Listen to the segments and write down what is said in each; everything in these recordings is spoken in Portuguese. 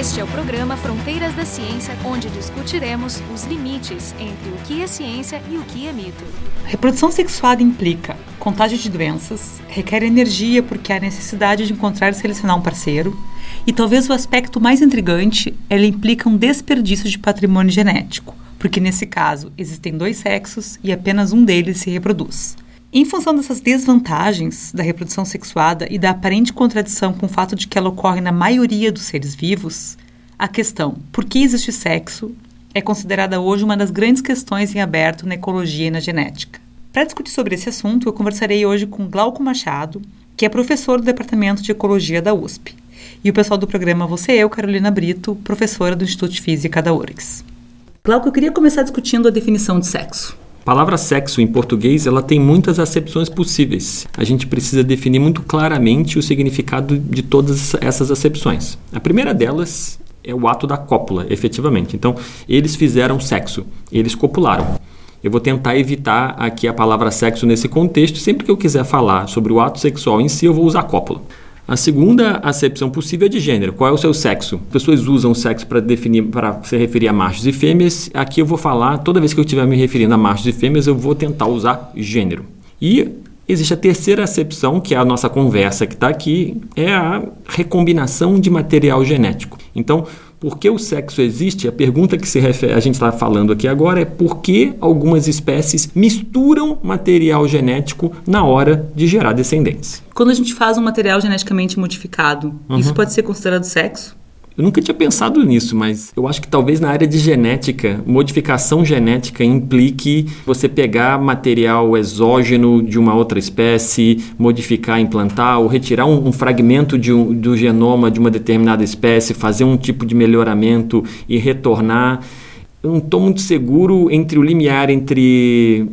Este é o programa Fronteiras da Ciência, onde discutiremos os limites entre o que é ciência e o que é mito. Reprodução sexuada implica contágio de doenças, requer energia porque há necessidade de encontrar e selecionar um parceiro, e talvez o aspecto mais intrigante, ela implica um desperdício de patrimônio genético, porque nesse caso existem dois sexos e apenas um deles se reproduz. Em função dessas desvantagens da reprodução sexuada e da aparente contradição com o fato de que ela ocorre na maioria dos seres vivos, a questão por que existe sexo é considerada hoje uma das grandes questões em aberto na ecologia e na genética. Para discutir sobre esse assunto, eu conversarei hoje com Glauco Machado, que é professor do Departamento de Ecologia da USP. E o pessoal do programa vou ser eu, Carolina Brito, professora do Instituto de Física da URGS. Glauco, eu queria começar discutindo a definição de sexo. A palavra sexo em português, ela tem muitas acepções possíveis. A gente precisa definir muito claramente o significado de todas essas acepções. A primeira delas é o ato da cópula, efetivamente. Então, eles fizeram sexo, eles copularam. Eu vou tentar evitar aqui a palavra sexo nesse contexto. Sempre que eu quiser falar sobre o ato sexual em si, eu vou usar cópula. A segunda acepção possível é de gênero. Qual é o seu sexo? As pessoas usam o sexo para se referir a machos e fêmeas. Aqui eu vou falar, toda vez que eu estiver me referindo a machos e fêmeas, eu vou tentar usar gênero. E existe a terceira acepção, que é a nossa conversa que está aqui, é a recombinação de material genético. Então, por que o sexo existe? A pergunta que a gente está falando aqui agora é por que algumas espécies misturam material genético na hora de gerar descendentes. Quando a gente faz um material geneticamente modificado, isso pode ser considerado sexo? Eu nunca tinha pensado nisso, mas eu acho que talvez na área de genética, modificação genética implique você pegar material exógeno de uma outra espécie, modificar, implantar ou retirar um fragmento do genoma de uma determinada espécie, fazer um tipo de melhoramento e retornar. Eu não estou muito seguro entre o limiar entre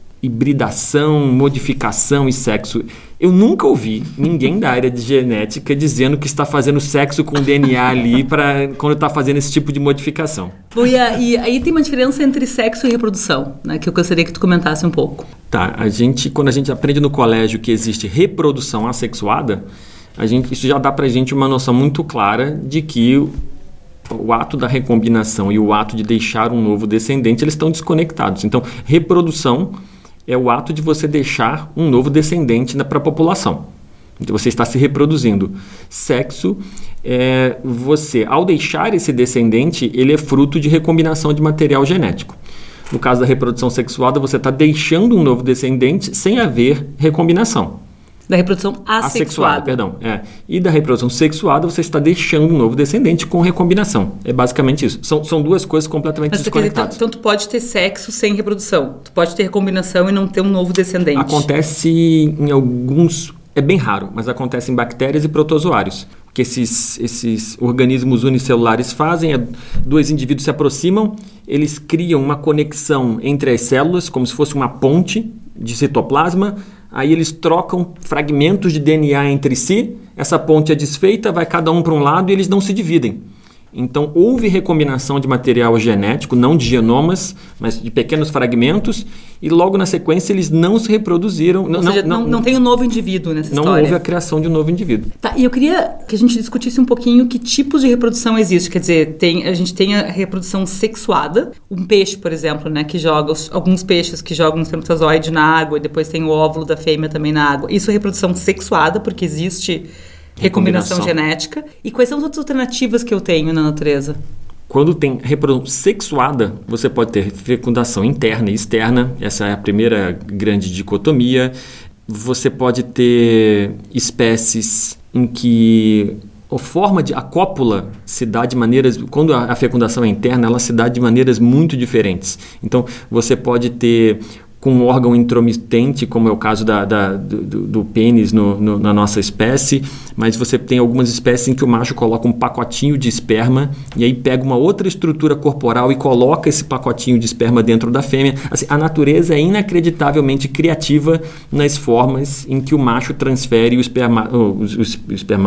hibridação, modificação e sexo. Eu nunca ouvi ninguém da área de genética dizendo que está fazendo sexo com DNA ali quando está fazendo esse tipo de modificação. Bom, e aí tem uma diferença entre sexo e reprodução, né, que eu gostaria que tu comentasse um pouco. Tá, quando a gente aprende no colégio que existe reprodução assexuada, isso já dá pra gente uma noção muito clara de que o ato da recombinação e o ato de deixar um novo descendente, eles estão desconectados. Então, reprodução é o ato de você deixar um novo descendente para a população. Então, você está se reproduzindo. Sexo é você, ao deixar esse descendente, ele é fruto de recombinação de material genético. No caso da reprodução sexuada, você está deixando um novo descendente sem haver recombinação. Da reprodução assexuada. E da reprodução sexuada, você está deixando um novo descendente com recombinação. É basicamente isso. São duas coisas completamente desconectadas. Então, tu pode ter sexo sem reprodução. Tu pode ter recombinação e não ter um novo descendente. Acontece em alguns... É bem raro, mas acontece em bactérias e protozoários. O que esses organismos unicelulares fazem é, dois indivíduos se aproximam, eles criam uma conexão entre as células, como se fosse uma ponte de citoplasma. Aí eles trocam fragmentos de DNA entre si, essa ponte é desfeita, vai cada um para um lado e eles não se dividem. Então, houve recombinação de material genético, não de genomas, mas de pequenos fragmentos, e logo na sequência eles não se reproduziram. Não tem um novo indivíduo nessa história. Não houve a criação de um novo indivíduo. Tá, e eu queria que a gente discutisse um pouquinho que tipos de reprodução existe. Quer dizer, a gente tem a reprodução sexuada, um peixe, por exemplo, né, que joga, alguns peixes que jogam um espermatozoide na água, e depois tem o óvulo da fêmea também na água. Isso é reprodução sexuada, porque existe recombinação genética. E quais são as outras alternativas que eu tenho na natureza? Quando tem reprodução sexuada, você pode ter fecundação interna e externa. Essa é a primeira grande dicotomia. Você pode ter espécies em que a cópula se dá de maneiras... Quando a fecundação é interna, ela se dá de maneiras muito diferentes. Então, você pode ter com um órgão intromitente, como é o caso do pênis na nossa espécie, mas você tem algumas espécies em que o macho coloca um pacotinho de esperma e aí pega uma outra estrutura corporal e coloca esse pacotinho de esperma dentro da fêmea. Assim, a natureza é inacreditavelmente criativa nas formas em que o macho transfere o espermato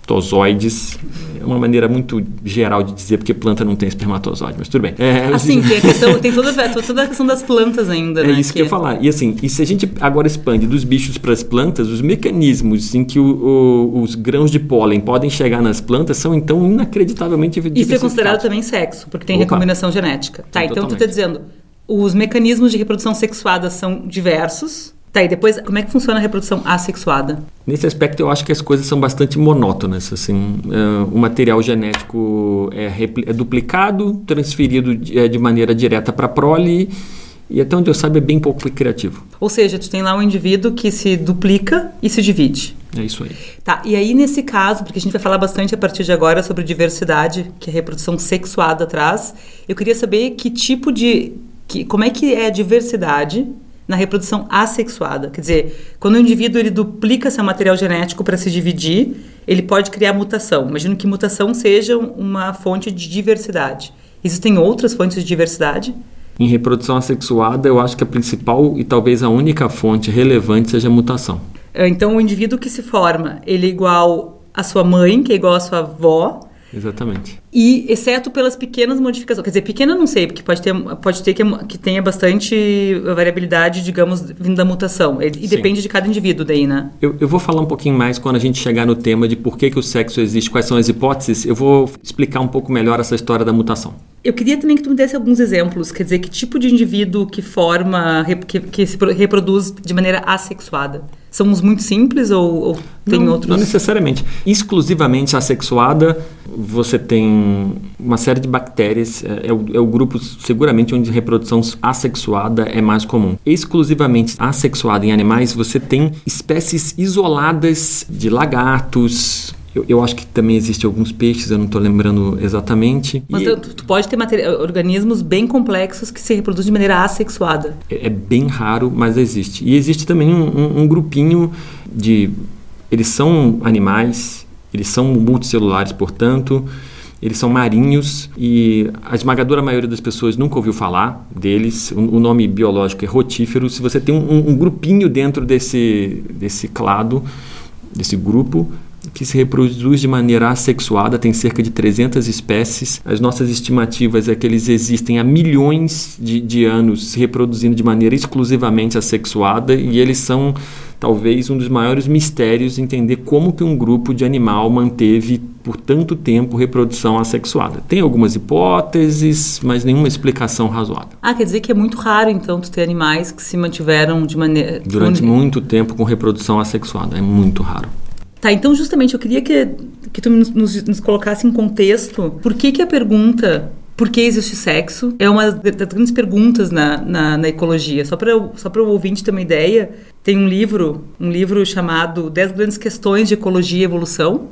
espermatozoides. É uma maneira muito geral de dizer, porque planta não tem espermatozoide, mas tudo bem. Assim, tem toda a questão das plantas ainda, né? É isso que eu ia falar. E assim, e se a gente agora expande dos bichos para as plantas, os mecanismos em que os grãos de pólen podem chegar nas plantas são, então, inacreditavelmente diversificados. Isso é considerado também sexo, porque tem recombinação genética. Tá, então tu está dizendo, os mecanismos de reprodução sexuada são diversos. Tá, e depois, como é que funciona a reprodução assexuada? Nesse aspecto, eu acho que as coisas são bastante monótonas. Assim, o material genético é duplicado, transferido de maneira direta para a prole, e até onde eu saiba é bem pouco criativo. Ou seja, tu tem lá um indivíduo que se duplica e se divide. É isso aí. Tá, e aí nesse caso, porque a gente vai falar bastante a partir de agora sobre diversidade, que a reprodução sexuada traz, eu queria saber que tipo de... como é que é a diversidade na reprodução assexuada. Quer dizer, quando o indivíduo ele duplica seu material genético para se dividir, ele pode criar mutação. Imagino que mutação seja uma fonte de diversidade. Existem outras fontes de diversidade? Em reprodução assexuada, eu acho que a principal e talvez a única fonte relevante seja a mutação. Então, o indivíduo que se forma, ele é igual à sua mãe, que é igual à sua avó. Exatamente. E, exceto pelas pequenas modificações. Quer dizer, pequena não sei, porque pode ter que tenha bastante variabilidade, digamos, vindo da mutação. E depende de cada indivíduo daí, né? Eu vou falar um pouquinho mais quando a gente chegar no tema de por que o sexo existe, quais são as hipóteses. Eu vou explicar um pouco melhor essa história da mutação. Eu queria também que tu me desse alguns exemplos. Quer dizer, que tipo de indivíduo que forma, que se reproduz de maneira assexuada? São os muito simples ou tem outros? Não necessariamente. Exclusivamente assexuada, você tem uma série de bactérias. É o grupo, seguramente, onde a reprodução assexuada é mais comum. Exclusivamente assexuada em animais, você tem espécies isoladas de lagartos. Eu acho que também existem alguns peixes, eu não estou lembrando exatamente. Mas tu pode ter organismos bem complexos que se reproduzem de maneira assexuada. É bem raro, mas existe. E existe também um grupinho de... Eles são animais, eles são multicelulares, portanto, eles são marinhos e a esmagadora maioria das pessoas nunca ouviu falar deles. O nome biológico é rotífero. Se você tem um grupinho dentro desse clado, desse grupo, que se reproduz de maneira assexuada, tem cerca de 300 espécies. As nossas estimativas é que eles existem há milhões de anos se reproduzindo de maneira exclusivamente assexuada e eles são talvez um dos maiores mistérios entender como que um grupo de animal manteve por tanto tempo reprodução assexuada. Tem algumas hipóteses, mas nenhuma explicação razoável. Quer dizer que é muito raro então tu ter animais que se mantiveram de maneira... Durante muito tempo com reprodução assexuada, é muito raro. Tá, então justamente eu queria que tu nos colocasse em contexto por que a pergunta por que existe sexo é uma das grandes perguntas na ecologia. Só para o ouvinte ter uma ideia, tem um livro chamado 10 Grandes Questões de Ecologia e Evolução,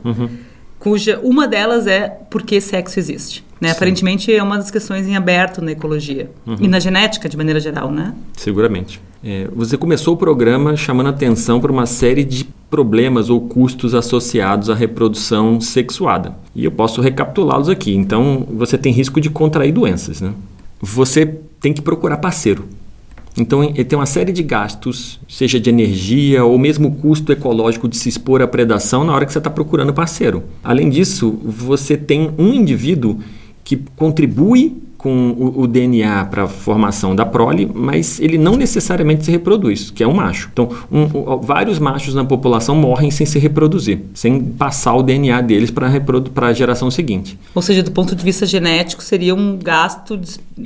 cuja uma delas é por que sexo existe. Né? Aparentemente é uma das questões em aberto na ecologia e na genética de maneira geral, né? Seguramente. Você começou o programa chamando atenção para uma série de problemas ou custos associados à reprodução sexuada. E eu posso recapitulá-los aqui. Então, você tem risco de contrair doenças, né? Você tem que procurar parceiro. Então, tem uma série de gastos, seja de energia ou mesmo o custo ecológico de se expor à predação na hora que você está procurando parceiro. Além disso, você tem um indivíduo que contribui com o DNA para a formação da prole, mas ele não necessariamente se reproduz, que é um macho. Então, vários machos na população morrem sem se reproduzir, sem passar o DNA deles para a geração seguinte. Ou seja, do ponto de vista genético, seria um gasto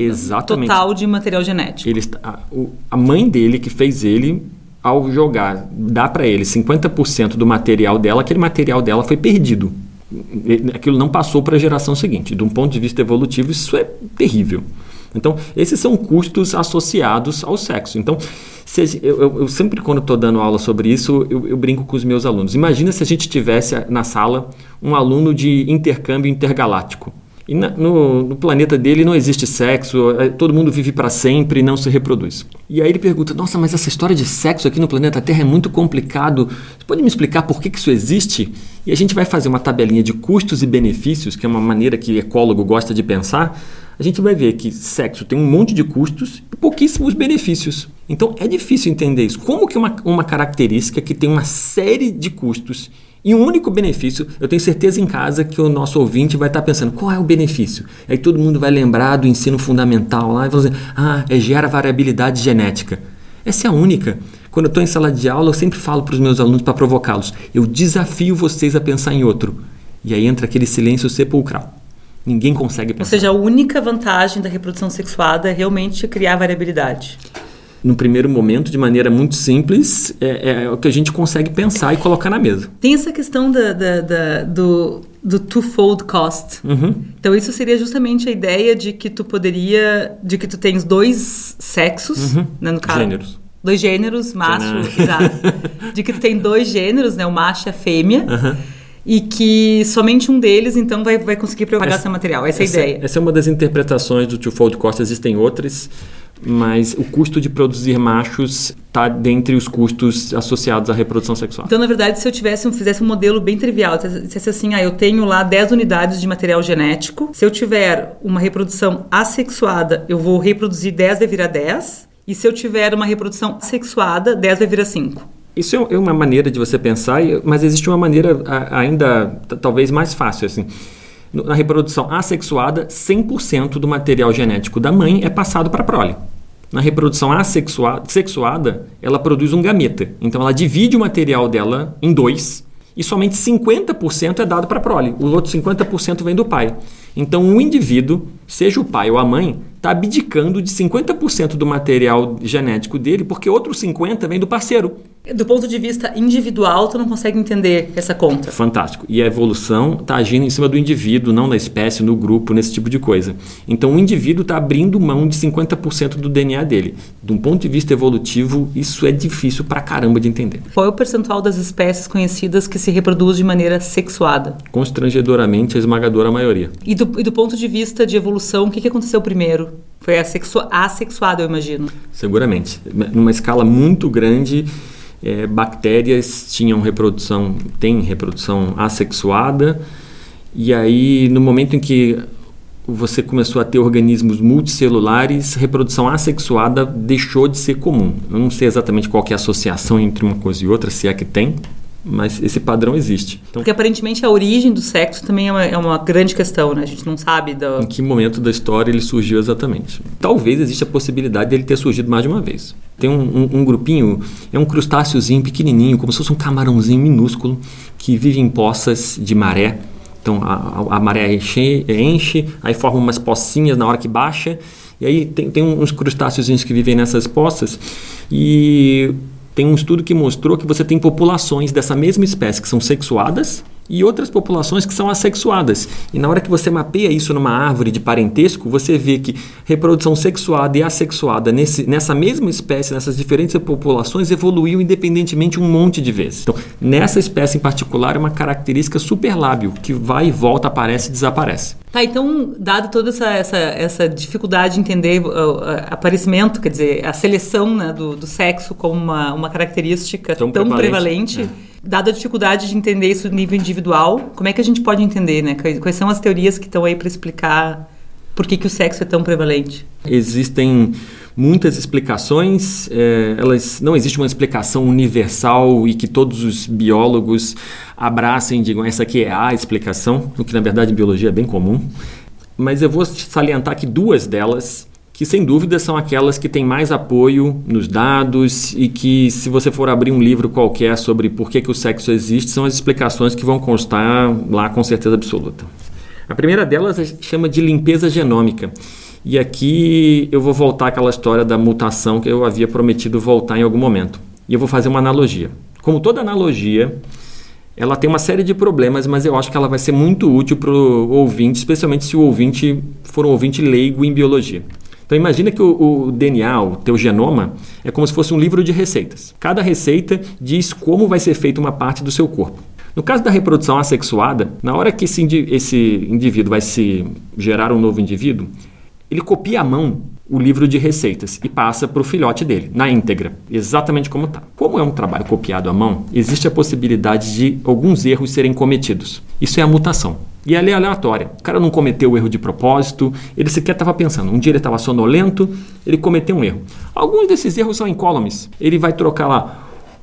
total de material genético. A mãe dele, que fez ele, ao jogar, dá para ele 50% do material dela, aquele material dela foi perdido. Aquilo não passou para a geração seguinte. De um ponto de vista evolutivo, isso é terrível. Então, esses são custos associados ao sexo. Então, eu sempre, quando estou dando aula sobre isso, eu brinco com os meus alunos. Imagina se a gente tivesse na sala um aluno de intercâmbio intergaláctico. E no planeta dele não existe sexo, todo mundo vive para sempre e não se reproduz. E aí ele pergunta, nossa, mas essa história de sexo aqui no planeta Terra é muito complicado. Você pode me explicar por que isso existe? E a gente vai fazer uma tabelinha de custos e benefícios, que é uma maneira que o ecólogo gosta de pensar. A gente vai ver que sexo tem um monte de custos e pouquíssimos benefícios. Então é difícil entender isso. Como que uma característica que tem uma série de custos E um único benefício, eu tenho certeza em casa que o nosso ouvinte vai estar pensando, qual é o benefício? Aí todo mundo vai lembrar do ensino fundamental lá e vai dizer, gera variabilidade genética. Essa é a única. Quando eu estou em sala de aula, eu sempre falo para os meus alunos para provocá-los, eu desafio vocês a pensar em outro. E aí entra aquele silêncio sepulcral. Ninguém consegue pensar. Ou seja, a única vantagem da reprodução sexuada é realmente criar variabilidade. No primeiro momento, de maneira muito simples, é o que a gente consegue pensar e colocar na mesa. Tem essa questão do twofold cost. Uhum. Então, isso seria justamente a ideia de que tu tens dois sexos, né, no caso. Gêneros. 2 gêneros, macho, exato. De que tu tem 2 gêneros, né, o macho e a fêmea. E que somente um deles, então, vai conseguir propagar seu material. Essa é a ideia. Essa é uma das interpretações do twofold cost. Existem outras, mas o custo de produzir machos está dentre os custos associados à reprodução sexual. Então, na verdade, se eu fizesse um modelo bem trivial, dissesse assim, eu tenho lá 10 unidades de material genético, se eu tiver uma reprodução assexuada, eu vou reproduzir 10 vai virar 10, e se eu tiver uma reprodução sexuada, 10 vai virar 5. Isso é uma maneira de você pensar, mas existe uma maneira ainda talvez mais fácil. Assim. Na reprodução assexuada, 100% do material genético da mãe é passado para a prole. Na reprodução sexuada, ela produz um gameta. Então, ela divide o material dela em 2 e somente 50% é dado para a prole. O outro 50% vem do pai. Então, um indivíduo, seja o pai ou a mãe, está abdicando de 50% do material genético dele, porque outros 50% vem do parceiro. Do ponto de vista individual, tu não consegue entender essa conta. Fantástico. E a evolução está agindo em cima do indivíduo, não da espécie, no grupo, nesse tipo de coisa. Então, o indivíduo está abrindo mão de 50% do DNA dele. De um ponto de vista evolutivo, isso é difícil pra caramba de entender. Qual é o percentual das espécies conhecidas que se reproduz de maneira sexuada? Constrangedoramente, a esmagadora maioria. E do ponto de vista de evolução, o que aconteceu primeiro? Foi assexuado, eu imagino. Seguramente. Numa escala muito grande, bactérias têm reprodução assexuada, e aí no momento em que você começou a ter organismos multicelulares, reprodução assexuada deixou de ser comum. Eu não sei exatamente qual que é a associação entre uma coisa e outra, se é que tem, mas esse padrão existe. Então, porque aparentemente a origem do sexo também é uma grande questão, né? A gente não sabe em que momento da história ele surgiu exatamente. Talvez exista a possibilidade dele ter surgido mais de uma vez. Tem um grupinho, é um crustáceozinho pequenininho, como se fosse um camarãozinho minúsculo, que vive em poças de maré. Então a maré enche, aí forma umas pocinhas na hora que baixa, e aí tem uns crustáceozinhos que vivem nessas poças, e tem um estudo que mostrou que você tem populações dessa mesma espécie que são sexuadas e outras populações que são assexuadas. E na hora que você mapeia isso numa árvore de parentesco, você vê que reprodução sexuada e assexuada nessa mesma espécie, nessas diferentes populações, evoluiu independentemente um monte de vezes. Então, nessa espécie em particular, é uma característica superlábil, que vai e volta, aparece e desaparece. Tá, então, dado toda essa dificuldade de entender o aparecimento, quer dizer, a seleção, né, do sexo como uma característica tão prevalente, dada a dificuldade de entender isso no nível individual, como é que a gente pode entender, né? Quais são as teorias que estão aí para explicar por que o sexo é tão prevalente? Existem muitas explicações, não existe uma explicação universal e que todos os biólogos abracem e digam essa aqui é a explicação, o que na verdade em biologia é bem comum, mas eu vou salientar aqui 2 delas, que sem dúvida são aquelas que têm mais apoio nos dados e que, se você for abrir um livro qualquer sobre por que o sexo existe, são as explicações que vão constar lá com certeza absoluta. A primeira delas chama de limpeza genômica. E aqui eu vou voltar àquela história da mutação que eu havia prometido voltar em algum momento. E eu vou fazer uma analogia. Como toda analogia, ela tem uma série de problemas, mas eu acho que ela vai ser muito útil para o ouvinte, especialmente se o ouvinte for um ouvinte leigo em biologia. Então imagina que o DNA, o teu genoma, é como se fosse um livro de receitas. Cada receita diz como vai ser feita uma parte do seu corpo. No caso da reprodução assexuada, na hora que esse indivíduo vai se gerar um novo indivíduo, ele copia à mão o livro de receitas e passa para o filhote dele, na íntegra, exatamente como está. Como é um trabalho copiado à mão, existe a possibilidade de alguns erros serem cometidos. Isso é a mutação. E ela é aleatória. O cara não cometeu o erro de propósito, ele sequer estava pensando. Um dia ele estava sonolento, ele cometeu um erro. Alguns desses erros são incólumes. Ele vai trocar lá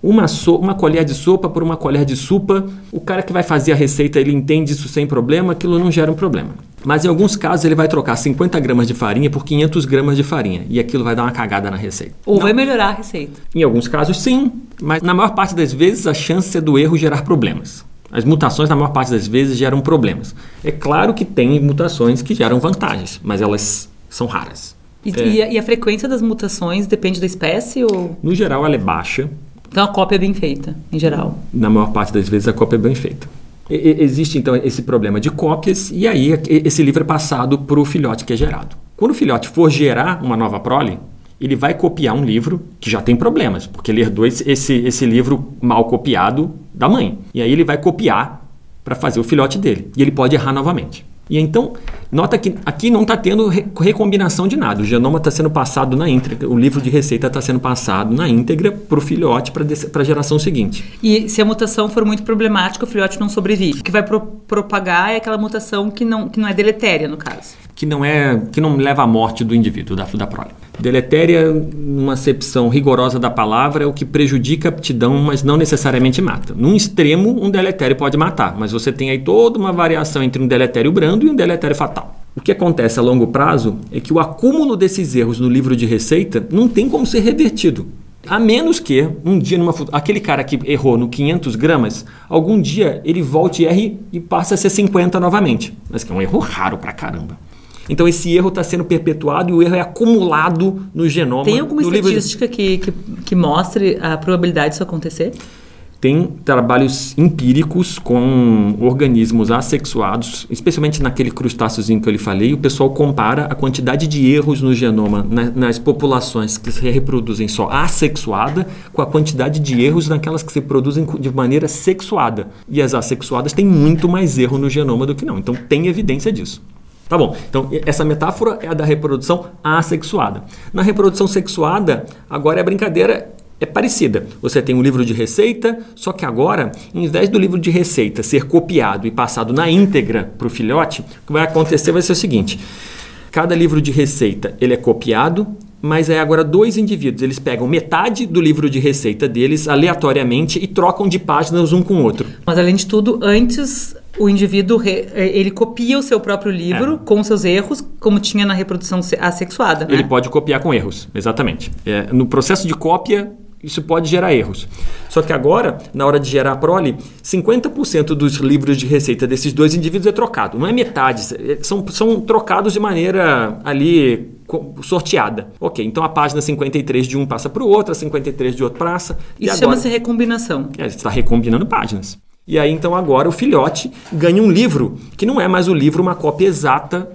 uma colher de sopa por uma colher de sopa. O cara que vai fazer a receita, ele entende isso sem problema, aquilo não gera um problema. Mas em alguns casos ele vai trocar 50 gramas de farinha por 500 gramas de farinha e aquilo vai dar uma cagada na receita. Ou vai melhorar a receita. Em alguns casos sim, mas na maior parte das vezes a chance é do erro gerar problemas. As mutações na maior parte das vezes geram problemas. É claro que tem mutações que geram vantagens, mas elas são raras. E a frequência das mutações depende da espécie? Ou... No geral ela é baixa. Então a cópia é bem feita, em geral? Na maior parte das vezes a cópia é bem feita. Existe então esse problema de cópias e aí esse livro é passado para o filhote que é gerado. Quando o filhote for gerar uma nova prole, ele vai copiar um livro que já tem problemas, porque ele herdou esse livro mal copiado da mãe. E aí ele vai copiar para fazer o filhote dele. E ele pode errar novamente. E então, nota que aqui não está tendo recombinação de nada. O genoma está sendo passado na íntegra, o livro de receita está sendo passado na íntegra para o filhote, para a geração seguinte. E se a mutação for muito problemática, o filhote não sobrevive. O que vai propagar é aquela mutação que não é deletéria, no caso. Que não leva à morte do indivíduo, da prole. Deletéria, numa acepção rigorosa da palavra, é o que prejudica a aptidão, mas não necessariamente mata. Num extremo, um deletério pode matar, mas você tem aí toda uma variação entre um deletério brando e um deletério fatal. O que acontece a longo prazo é que o acúmulo desses erros no livro de receita não tem como ser revertido. A menos que, um dia, aquele cara que errou no 500 gramas, algum dia ele volte e erre e passe a ser 50 novamente. Mas que é um erro raro pra caramba. Então esse erro está sendo perpetuado e o erro é acumulado no genoma. Tem alguma estatística que mostre a probabilidade disso acontecer? Tem trabalhos empíricos com organismos assexuados, especialmente naquele crustáceozinho que eu lhe falei. O pessoal compara a quantidade de erros no genoma nas populações que se reproduzem só assexuada com a quantidade de erros naquelas que se reproduzem de maneira sexuada. E as assexuadas têm muito mais erro no genoma do que não. Então tem evidência disso. Tá bom, então essa metáfora é a da reprodução assexuada. Na reprodução sexuada, agora a brincadeira é parecida. Você tem um livro de receita, só que agora, em vez do livro de receita ser copiado e passado na íntegra para o filhote, o que vai acontecer vai ser o seguinte: cada livro de receita ele é copiado, mas aí agora dois indivíduos, eles pegam metade do livro de receita deles aleatoriamente e trocam de páginas um com o outro. Mas além de tudo, antes o indivíduo ele copia o seu próprio livro com seus erros, como tinha na reprodução assexuada, né? Ele pode copiar com erros, exatamente. No processo de cópia, isso pode gerar erros. Só que agora, na hora de gerar a prole, 50% dos livros de receita desses dois indivíduos é trocado. Não é metade, são trocados de maneira ali sorteada. Ok, então a página 53 de um passa para o outro, a 53 de outro passa. Isso chama-se recombinação. Você está recombinando páginas. E aí, então, agora o filhote ganha um livro, que não é mais o livro uma cópia exata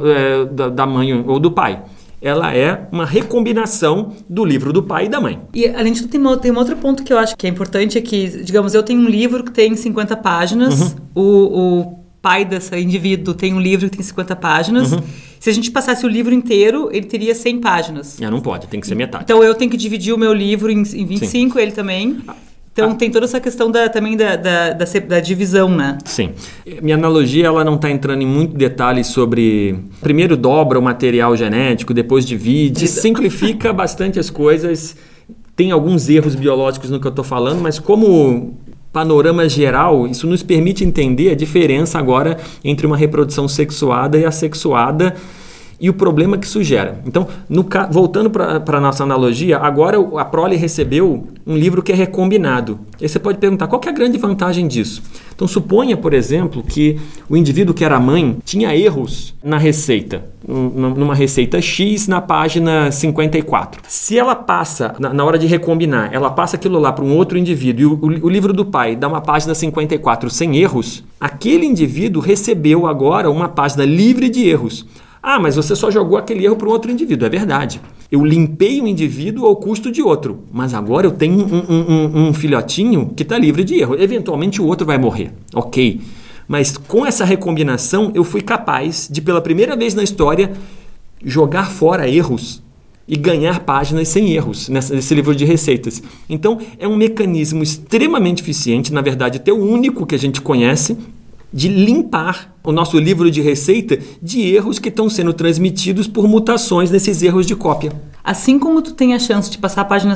da mãe ou do pai. Ela é uma recombinação do livro do pai e da mãe. E, além disso, tem um outro ponto que eu acho que é importante, é que, digamos, eu tenho um livro que tem 50 páginas, o pai desse indivíduo tem um livro que tem 50 páginas. Se a gente passasse o livro inteiro, ele teria 100 páginas. Não pode, tem que ser metade. Então, eu tenho que dividir o meu livro em 25, Sim. Ele também. Então, tem toda essa questão também da divisão, né? Sim. Minha analogia, ela não está entrando em muito detalhe sobre... Primeiro dobra o material genético, depois divide, simplifica bastante as coisas. Tem alguns erros biológicos no que eu estou falando, mas como panorama geral, isso nos permite entender a diferença agora entre uma reprodução sexuada e assexuada e o problema que isso gera. Então, voltando para a nossa analogia, agora a prole recebeu um livro que é recombinado. E você pode perguntar, qual que é a grande vantagem disso? Então, suponha, por exemplo, que o indivíduo que era mãe tinha erros na receita, numa receita X na página 54. Se ela passa, na hora de recombinar, ela passa aquilo lá para um outro indivíduo e o livro do pai dá uma página 54 sem erros, aquele indivíduo recebeu agora uma página livre de erros. Mas você só jogou aquele erro para um outro indivíduo. É verdade. Eu limpei um indivíduo ao custo de outro. Mas agora eu tenho um filhotinho que está livre de erro. Eventualmente o outro vai morrer. Ok. Mas com essa recombinação eu fui capaz de, pela primeira vez na história, jogar fora erros e ganhar páginas sem erros nesse livro de receitas. Então é um mecanismo extremamente eficiente, na verdade até o único que a gente conhece, de limpar o nosso livro de receita de erros que estão sendo transmitidos por mutações nesses erros de cópia. Assim como tu tem a chance de passar a página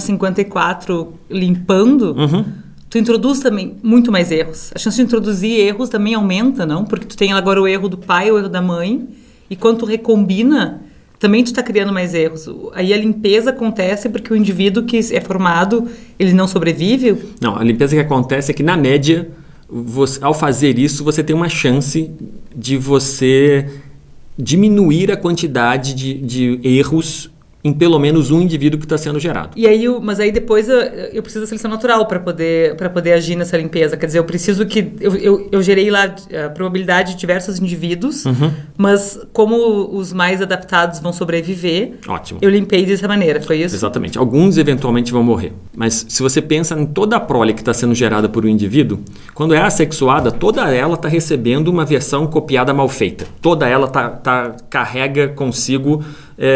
54 limpando, tu introduz também muito mais erros. A chance de introduzir erros também aumenta, não? Porque tu tem agora o erro do pai, o erro da mãe, e quando tu recombina, também tu está criando mais erros. Aí a limpeza acontece porque o indivíduo que é formado, ele não sobrevive? Não, a limpeza que acontece é que, na média, ao fazer isso, você tem uma chance de você diminuir a quantidade de erros em pelo menos um indivíduo que está sendo gerado. E aí, mas aí depois eu preciso da seleção natural para poder agir nessa limpeza. Quer dizer, eu preciso que... Eu gerei lá a probabilidade de diversos indivíduos, mas como os mais adaptados vão sobreviver, ótimo, eu limpei dessa maneira, foi isso? Exatamente. Alguns eventualmente vão morrer. Mas se você pensa em toda a prole que está sendo gerada por um indivíduo, quando é assexuada, toda ela está recebendo uma versão copiada mal feita. Toda ela carrega consigo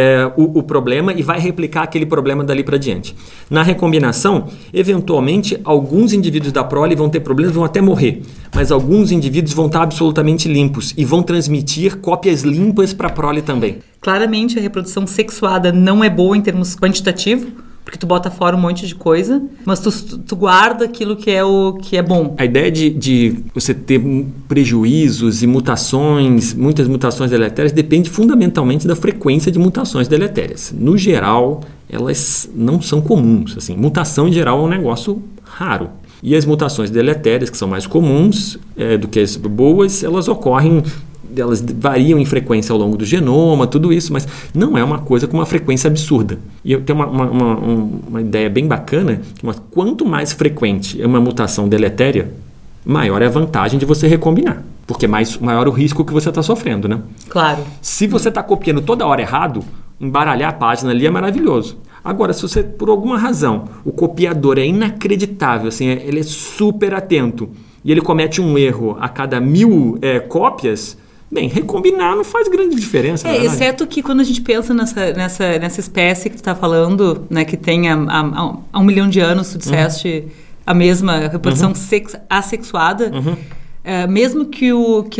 o problema e vai replicar aquele problema dali para diante. Na recombinação, eventualmente, alguns indivíduos da prole vão ter problemas, vão até morrer, mas alguns indivíduos vão estar absolutamente limpos e vão transmitir cópias limpas para a prole também. Claramente, a reprodução sexuada não é boa em termos quantitativos, porque tu bota fora um monte de coisa, mas tu guarda aquilo que é bom. A ideia de você ter prejuízos e mutações, muitas mutações deletérias, depende fundamentalmente da frequência de mutações deletérias. No geral, elas não são comuns. Assim, mutação, em geral, é um negócio raro. E as mutações deletérias, que são mais comuns do que as boas, elas ocorrem... Elas variam em frequência ao longo do genoma, tudo isso, mas não é uma coisa com uma frequência absurda. E eu tenho uma ideia bem bacana, que quanto mais frequente é uma mutação deletéria, maior é a vantagem de você recombinar. Porque maior o risco que você está sofrendo, né? Claro. Se você está copiando toda hora errado, embaralhar a página ali é maravilhoso. Agora, se você, por alguma razão, o copiador é inacreditável, assim, ele é super atento, e ele comete um erro a cada 1000 cópias... Bem, recombinar não faz grande diferença. Exceto que quando a gente pensa nessa espécie que tu está falando, né, que tem há 1 milhão de anos, tu disseste a mesma reprodução assexuada, mesmo que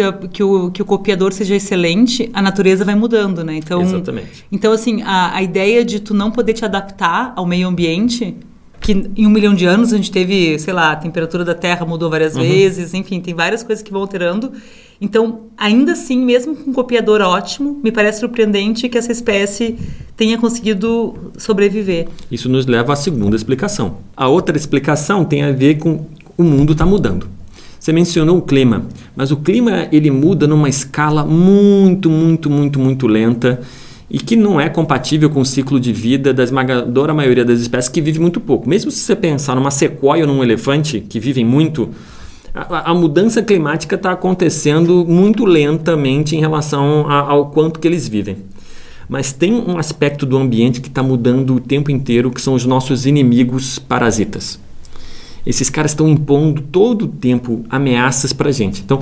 o copiador seja excelente, a natureza vai mudando, né? Então, exatamente. Então, assim, a ideia de tu não poder te adaptar ao meio ambiente, que em 1 milhão de anos a gente teve, sei lá, a temperatura da Terra mudou várias vezes, enfim, tem várias coisas que vão alterando. Então, ainda assim, mesmo com um copiador ótimo, me parece surpreendente que essa espécie tenha conseguido sobreviver. Isso nos leva à segunda explicação. A outra explicação tem a ver com o mundo está mudando. Você mencionou o clima, mas o clima ele muda numa escala muito, muito, muito, muito lenta e que não é compatível com o ciclo de vida da esmagadora maioria das espécies que vive muito pouco. Mesmo se você pensar numa sequoia ou num elefante que vivem muito, a mudança climática está acontecendo muito lentamente em relação ao quanto que eles vivem. Mas tem um aspecto do ambiente que está mudando o tempo inteiro, que são os nossos inimigos parasitas. Esses caras estão impondo todo o tempo ameaças para a gente. Então,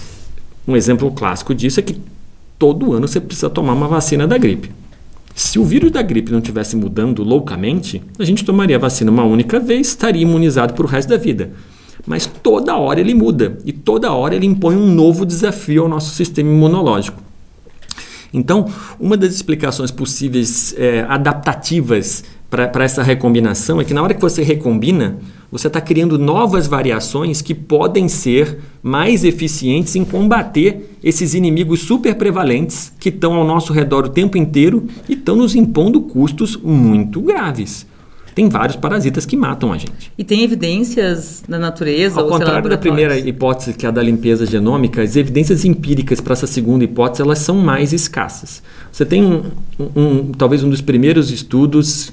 um exemplo clássico disso é que todo ano você precisa tomar uma vacina da gripe. Se o vírus da gripe não estivesse mudando loucamente, a gente tomaria a vacina uma única vez, estaria imunizado para o resto da vida. Mas toda hora ele muda e toda hora ele impõe um novo desafio ao nosso sistema imunológico. Então, uma das explicações possíveis adaptativas para essa recombinação é que na hora que você recombina, você está criando novas variações que podem ser mais eficientes em combater esses inimigos super prevalentes que estão ao nosso redor o tempo inteiro e estão nos impondo custos muito graves. Tem vários parasitas que matam a gente. E tem evidências na natureza? Ao contrário da primeira hipótese, que é a da limpeza genômica, as evidências empíricas para essa segunda hipótese, elas são mais escassas. Você tem talvez um dos primeiros estudos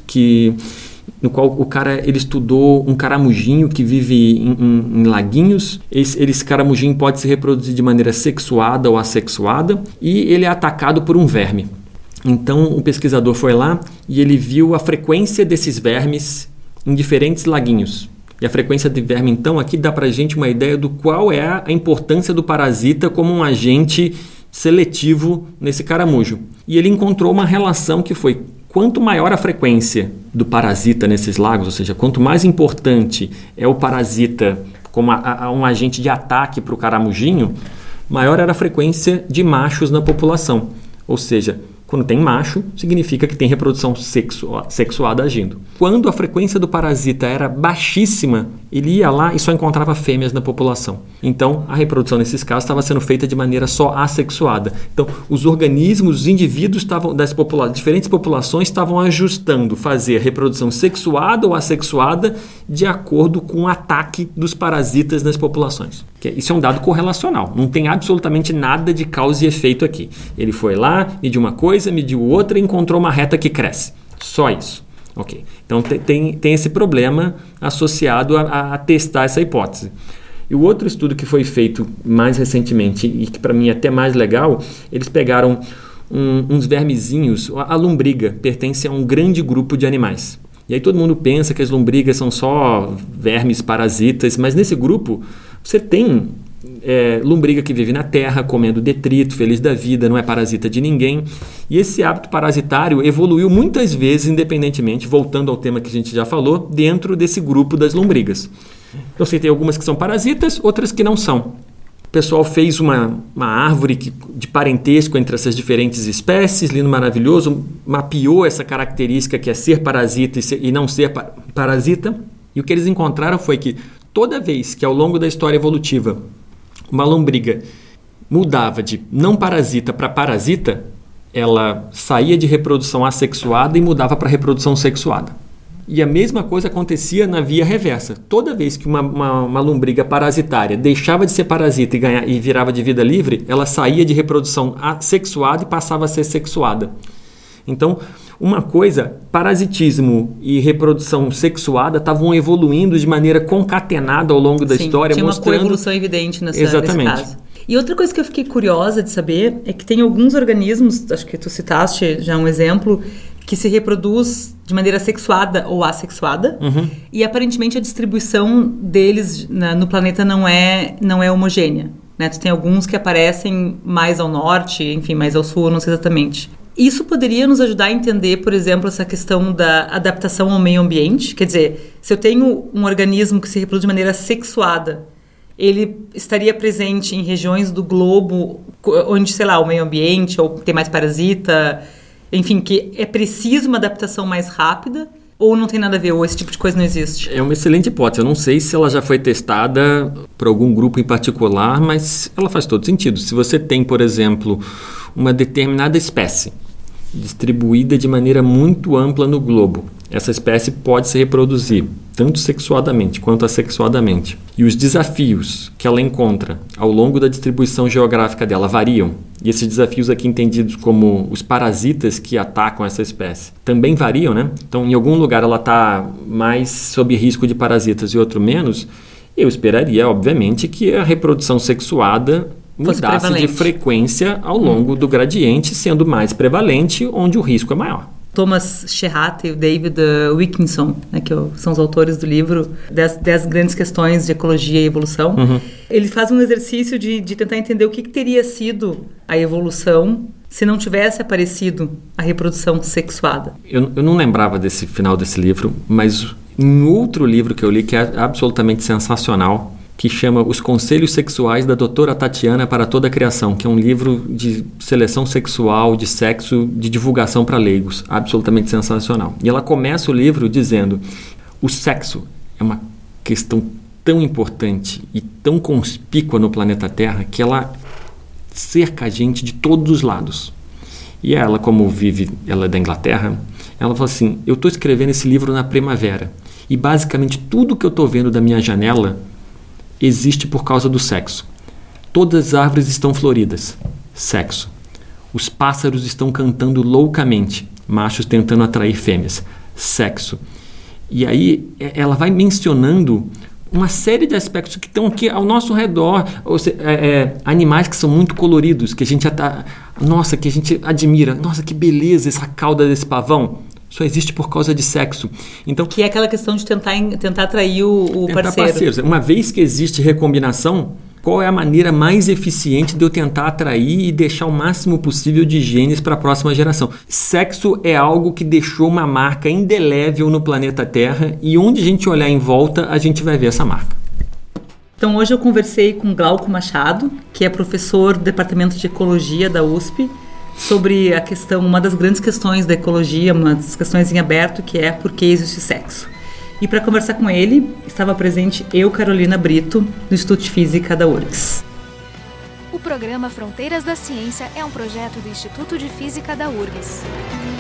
no qual o cara ele estudou um caramujinho que vive em laguinhos. Esse caramujinho pode se reproduzir de maneira sexuada ou assexuada e ele é atacado por um verme. Então, o pesquisador foi lá e ele viu a frequência desses vermes em diferentes laguinhos. E a frequência de verme, então, aqui dá para a gente uma ideia do qual é a importância do parasita como um agente seletivo nesse caramujo. E ele encontrou uma relação que foi: quanto maior a frequência do parasita nesses lagos, ou seja, quanto mais importante é o parasita como um agente de ataque para o caramujinho, maior era a frequência de machos na população. Ou seja, Quando tem macho, significa que tem reprodução sexuada agindo. Quando a frequência do parasita era baixíssima, ele ia lá e só encontrava fêmeas na população. Então, a reprodução nesses casos estava sendo feita de maneira só assexuada. Então, os organismos, os indivíduos das diferentes populações estavam ajustando, fazer a reprodução sexuada ou assexuada de acordo com o ataque dos parasitas nas populações. Isso é um dado correlacional. Não tem absolutamente nada de causa e efeito aqui. Ele foi lá, mediu uma coisa, mediu outra e encontrou uma reta que cresce. Só isso. Ok. Então tem esse problema associado a testar essa hipótese. E o outro estudo que foi feito mais recentemente e que para mim é até mais legal, eles pegaram uns vermezinhos. A lombriga pertence a um grande grupo de animais. E aí todo mundo pensa que as lombrigas são só vermes parasitas, mas nesse grupo você tem lombriga que vive na terra, comendo detrito, feliz da vida, não é parasita de ninguém. E esse hábito parasitário evoluiu muitas vezes, independentemente, voltando ao tema que a gente já falou, dentro desse grupo das lombrigas. Então você tem algumas que são parasitas, outras que não são. O pessoal fez uma árvore de parentesco entre essas diferentes espécies, lindo, maravilhoso, mapeou essa característica que é ser parasita e não ser parasita. E o que eles encontraram foi que toda vez que ao longo da história evolutiva uma lombriga mudava de não parasita para parasita, ela saía de reprodução assexuada e mudava para reprodução sexuada. E a mesma coisa acontecia na via reversa. Toda vez que uma lombriga parasitária deixava de ser parasita e virava de vida livre, ela saía de reprodução assexuada e passava a ser sexuada. Então, uma coisa, parasitismo e reprodução sexuada estavam evoluindo de maneira concatenada ao longo da história, tinha mostrando... uma coevolução evidente nesse caso. E outra coisa que eu fiquei curiosa de saber é que tem alguns organismos, acho que tu citaste já um exemplo, que se reproduz de maneira sexuada ou assexuada, e aparentemente a distribuição deles no planeta não é homogênea. Né? Tu tem alguns que aparecem mais ao norte, enfim, mais ao sul, não sei exatamente. Isso poderia nos ajudar a entender, por exemplo, essa questão da adaptação ao meio ambiente? Quer dizer, se eu tenho um organismo que se reproduz de maneira sexuada, ele estaria presente em regiões do globo onde, sei lá, o meio ambiente ou tem mais parasita, enfim, que é preciso uma adaptação mais rápida, ou não tem nada a ver, ou esse tipo de coisa não existe? É uma excelente hipótese. Eu não sei se ela já foi testada por algum grupo em particular, mas ela faz todo sentido. Se você tem, por exemplo, uma determinada espécie distribuída de maneira muito ampla no globo, essa espécie pode se reproduzir tanto sexuadamente quanto assexuadamente. E os desafios que ela encontra ao longo da distribuição geográfica dela variam. E esses desafios aqui entendidos como os parasitas que atacam essa espécie também variam, né? Então, em algum lugar ela está mais sob risco de parasitas e outro menos. Eu esperaria, obviamente, que a reprodução sexuada mudasse de frequência ao longo do gradiente, sendo mais prevalente onde o risco é maior. Thomas Scherrat e o David Wilkinson, né, que são os autores do livro 10 grandes questões de ecologia e evolução, ele faz um exercício de tentar entender o que teria sido a evolução se não tivesse aparecido a reprodução sexuada. Eu não lembrava desse final desse livro, mas em outro livro que eu li que é absolutamente sensacional, que chama Os Conselhos Sexuais da Doutora Tatiana para Toda a Criação, que é um livro de seleção sexual, de sexo, de divulgação para leigos, absolutamente sensacional. E ela começa o livro dizendo: o sexo é uma questão tão importante e tão conspícua no planeta Terra que ela cerca a gente de todos os lados. E ela, como ela é da Inglaterra, ela fala assim: eu estou escrevendo esse livro na primavera e basicamente tudo que eu estou vendo da minha janela existe por causa do sexo. Todas as árvores estão floridas. Sexo. Os pássaros estão cantando loucamente. Machos tentando atrair fêmeas. Sexo. E aí ela vai mencionando uma série de aspectos que estão aqui ao nosso redor. Ou seja, animais que são muito coloridos, que a gente que a gente admira. Nossa, que beleza essa cauda desse pavão. Só existe por causa de sexo. Então, que é aquela questão de tentar atrair o parceiro. Uma vez que existe recombinação, qual é a maneira mais eficiente de eu tentar atrair e deixar o máximo possível de genes para a próxima geração? Sexo é algo que deixou uma marca indelével no planeta Terra e onde a gente olhar em volta, a gente vai ver essa marca. Então, hoje eu conversei com Glauco Machado, que é professor do Departamento de Ecologia da USP, sobre a questão, uma das grandes questões da ecologia, uma das questões em aberto, que é por que existe sexo. E para conversar com ele, estava presente eu, Carolina Brito, do Instituto de Física da URGS. O programa Fronteiras da Ciência é um projeto do Instituto de Física da URGS.